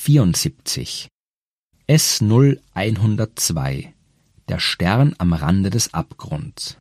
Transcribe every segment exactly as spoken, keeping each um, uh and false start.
vierundsiebzig. S null hundertzwei. Der Stern am Rande des Abgrunds.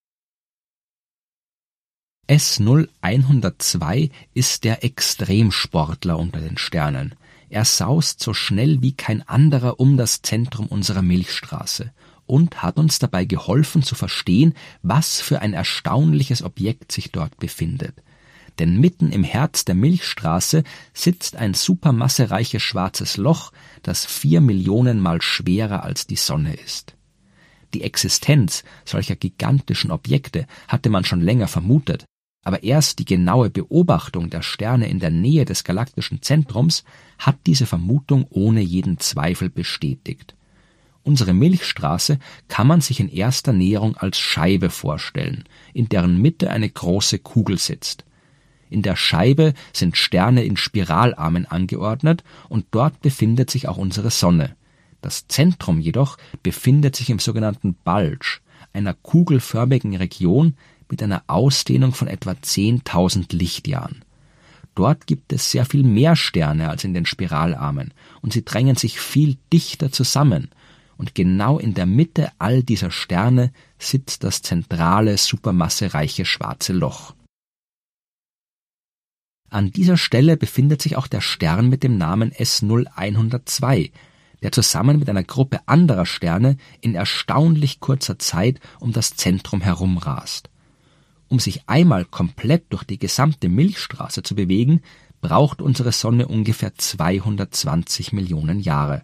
S null hundertzwei ist der Extremsportler unter den Sternen. Er saust so schnell wie kein anderer um das Zentrum unserer Milchstraße und hat uns dabei geholfen zu verstehen, was für ein erstaunliches Objekt sich dort befindet. Denn mitten im Herz der Milchstraße sitzt ein supermassereiches schwarzes Loch, das vier Millionen Mal schwerer als die Sonne ist. Die Existenz solcher gigantischen Objekte hatte man schon länger vermutet, aber erst die genaue Beobachtung der Sterne in der Nähe des galaktischen Zentrums hat diese Vermutung ohne jeden Zweifel bestätigt. Unsere Milchstraße kann man sich in erster Näherung als Scheibe vorstellen, in deren Mitte eine große Kugel sitzt. In der Scheibe sind Sterne in Spiralarmen angeordnet und dort befindet sich auch unsere Sonne. Das Zentrum jedoch befindet sich im sogenannten Bulge, einer kugelförmigen Region mit einer Ausdehnung von etwa zehntausend Lichtjahren. Dort gibt es sehr viel mehr Sterne als in den Spiralarmen und sie drängen sich viel dichter zusammen. Und genau in der Mitte all dieser Sterne sitzt das zentrale, supermassereiche schwarze Loch. An dieser Stelle befindet sich auch der Stern mit dem Namen S null hundertzwei, der zusammen mit einer Gruppe anderer Sterne in erstaunlich kurzer Zeit um das Zentrum herumrast. Um sich einmal komplett durch die gesamte Milchstraße zu bewegen, braucht unsere Sonne ungefähr zweihundertzwanzig Millionen Jahre.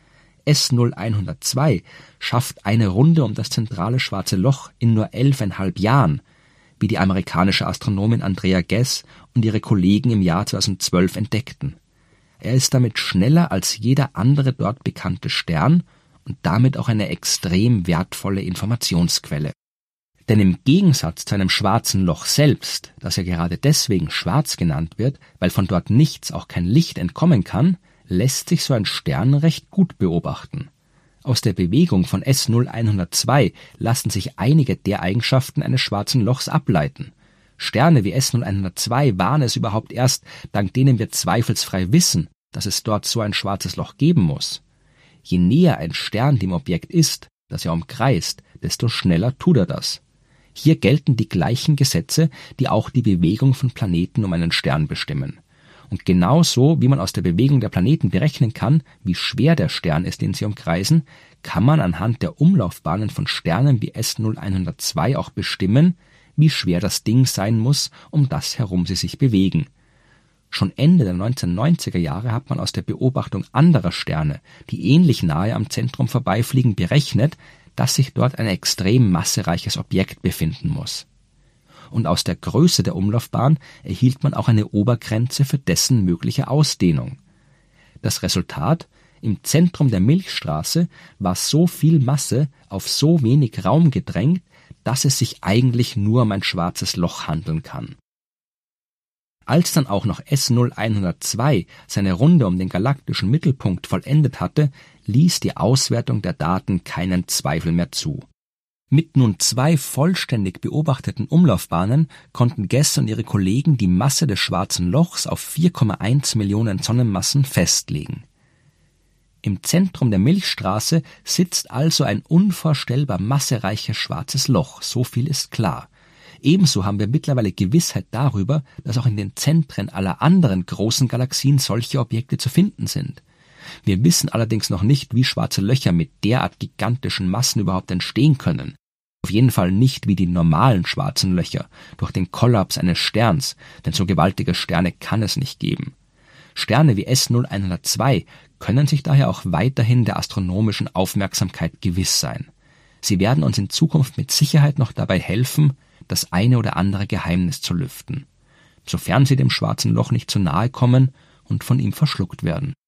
S null hundertzwei schafft eine Runde um das zentrale schwarze Loch in nur elfeinhalb Jahren, wie die amerikanische Astronomin Andrea Ghez und ihre Kollegen im Jahr zweitausendzwölf entdeckten. Er ist damit schneller als jeder andere dort bekannte Stern und damit auch eine extrem wertvolle Informationsquelle. Denn im Gegensatz zu einem schwarzen Loch selbst, das ja gerade deswegen schwarz genannt wird, weil von dort nichts, auch kein Licht entkommen kann, lässt sich so ein Stern recht gut beobachten. Aus der Bewegung von S null hundertzwei lassen sich einige der Eigenschaften eines schwarzen Lochs ableiten. Sterne wie S null hundertzwei waren es überhaupt erst, dank denen wir zweifelsfrei wissen, dass es dort so ein schwarzes Loch geben muss. Je näher ein Stern dem Objekt ist, das er umkreist, desto schneller tut er das. Hier gelten die gleichen Gesetze, die auch die Bewegung von Planeten um einen Stern bestimmen. Und genauso, wie man aus der Bewegung der Planeten berechnen kann, wie schwer der Stern ist, den sie umkreisen, kann man anhand der Umlaufbahnen von Sternen wie S null hundertzwei auch bestimmen, wie schwer das Ding sein muss, um das herum sie sich bewegen. Schon Ende der neunzehnhundertneunziger Jahre hat man aus der Beobachtung anderer Sterne, die ähnlich nahe am Zentrum vorbeifliegen, berechnet, dass sich dort ein extrem massereiches Objekt befinden muss. Und aus der Größe der Umlaufbahn erhielt man auch eine Obergrenze für dessen mögliche Ausdehnung. Das Resultat: Im Zentrum der Milchstraße war so viel Masse auf so wenig Raum gedrängt, dass es sich eigentlich nur um ein schwarzes Loch handeln kann. Als dann auch noch S null hundertzwei seine Runde um den galaktischen Mittelpunkt vollendet hatte, ließ die Auswertung der Daten keinen Zweifel mehr zu. Mit nun zwei vollständig beobachteten Umlaufbahnen konnten Ghez und ihre Kollegen die Masse des schwarzen Lochs auf vier Komma eins Millionen Sonnenmassen festlegen. Im Zentrum der Milchstraße sitzt also ein unvorstellbar massereiches schwarzes Loch, so viel ist klar. Ebenso haben wir mittlerweile Gewissheit darüber, dass auch in den Zentren aller anderen großen Galaxien solche Objekte zu finden sind. Wir wissen allerdings noch nicht, wie schwarze Löcher mit derart gigantischen Massen überhaupt entstehen können. Auf jeden Fall nicht wie die normalen schwarzen Löcher, durch den Kollaps eines Sterns, denn so gewaltige Sterne kann es nicht geben. Sterne wie S null hundertzwei können sich daher auch weiterhin der astronomischen Aufmerksamkeit gewiss sein. Sie werden uns in Zukunft mit Sicherheit noch dabei helfen, das eine oder andere Geheimnis zu lüften, sofern sie dem schwarzen Loch nicht zu nahe kommen und von ihm verschluckt werden.